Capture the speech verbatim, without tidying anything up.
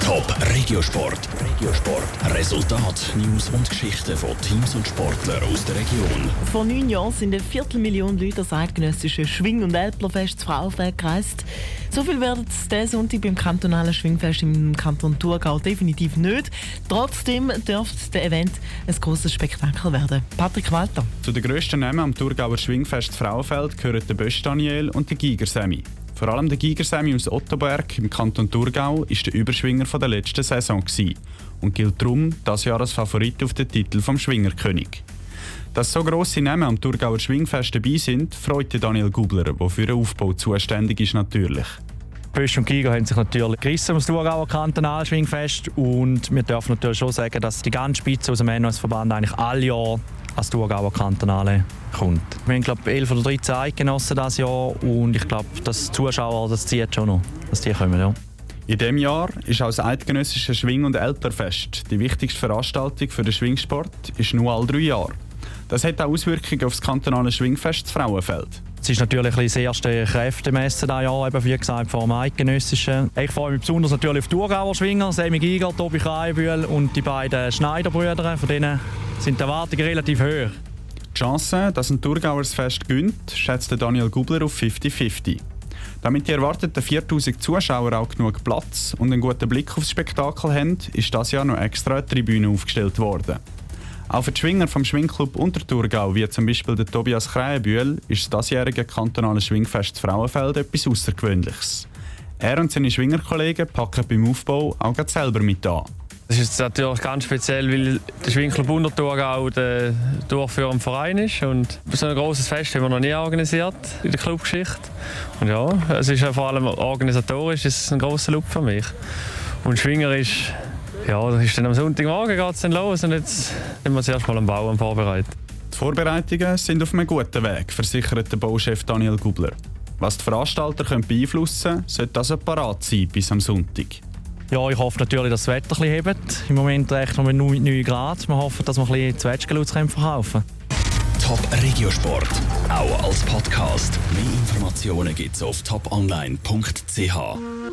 Top Regiosport. Regiosport. Resultat, News und Geschichten von Teams und Sportlern aus der Region. Vor neun Jahren sind eine Viertelmillion Leute das eidgenössische Schwing- und Älplerfest zu Frauenfeld gereist. So viel werden es diesen Sonntag beim kantonalen Schwingfest im Kanton Thurgau definitiv nicht. Trotzdem dürfte der Event ein grosses Spektakel werden. Patrick Walter. Zu den grössten Namen am Thurgauer Schwingfest zu Frauenfeld gehören der Bösch Daniel und der Giger Semi. Vor allem der Giger Semi aus Ottoberg im Kanton Thurgau war der Überschwinger der letzten Saison und gilt darum dieses Jahr als Favorit auf den Titel vom Schwingerkönig. Dass so grosse Namen am Thurgauer Schwingfest dabei sind, freut Daniel Gubler, der für den Aufbau zuständig ist, natürlich. Bösch und Giger haben sich natürlich gerissen ums Thurgauer Kantonalschwingfest und wir dürfen natürlich schon sagen, dass die ganze Spitze aus dem N O S-Verband eigentlich alle Jahre als Thurgauer Kantonale kommt. Wir haben glaube elf oder dreizehn Eidgenossen dieses Jahr und ich glaube, dass die Zuschauer, das zieht schon noch, dass die kommen. Ja. In diesem Jahr ist auch das eidgenössische Schwing- und Älplerfest die wichtigste Veranstaltung für den Schwingsport, ist nur alle drei Jahre. Das hat auch Auswirkungen auf das kantonale Schwingfest zu Frauenfeld. Es ist natürlich das erste Kräftemessen dieses Jahr, eben wie gesagt, vor dem Eidgenössischen. Ich freue mich besonders natürlich auf die Thurgauer Schwinger, Semi Giger, Tobi Kreienbühl und die beiden Schneiderbrüder. Von denen sind die Erwartungen relativ hoch. Die Chance, dass ein Thurgauers Fest gönnt, schätzt Daniel Gubler auf fünfzig fünfzig. Damit die erwarteten viertausend Zuschauer auch genug Platz und einen guten Blick aufs Spektakel haben, ist dieses Jahr noch extra eine Tribüne aufgestellt worden. Auch für die Schwinger vom Schwingclub Unterthurgau, wie zum Beispiel der Tobias Kreienbühl, ist das diesjährige kantonale Schwingfest Frauenfeld etwas Außergewöhnliches. Er und seine Schwingerkollegen packen beim Aufbau auch selber mit an. Das ist natürlich ganz speziell, weil der Schwingclub Unterthurgau der durchführende Verein ist. Und so ein grosses Fest haben wir noch nie organisiert in der Clubgeschichte. Und ja, es ist ja vor allem organisatorisch ist ein grosser Lob für mich. Und Schwinger ist, ja, das ist dann am Sonntagmorgen geht's dann los und jetzt sind wir zuerst mal am Bauen vorbereitet. Die Vorbereitungen sind auf einem guten Weg, versichert der Bauchef Daniel Gubler. Was die Veranstalter können beeinflussen können, sollte also parat sein bis am Sonntag. Ja, ich hoffe natürlich, dass das Wetter ein bisschen hebt. Im Moment rechnen wir mit neun Grad. Wir hoffen, dass wir ein bisschen Zwetschgenlutz verkaufen können. Top Regiosport, auch als Podcast. Mehr Informationen gibt's auf top online punkt c h.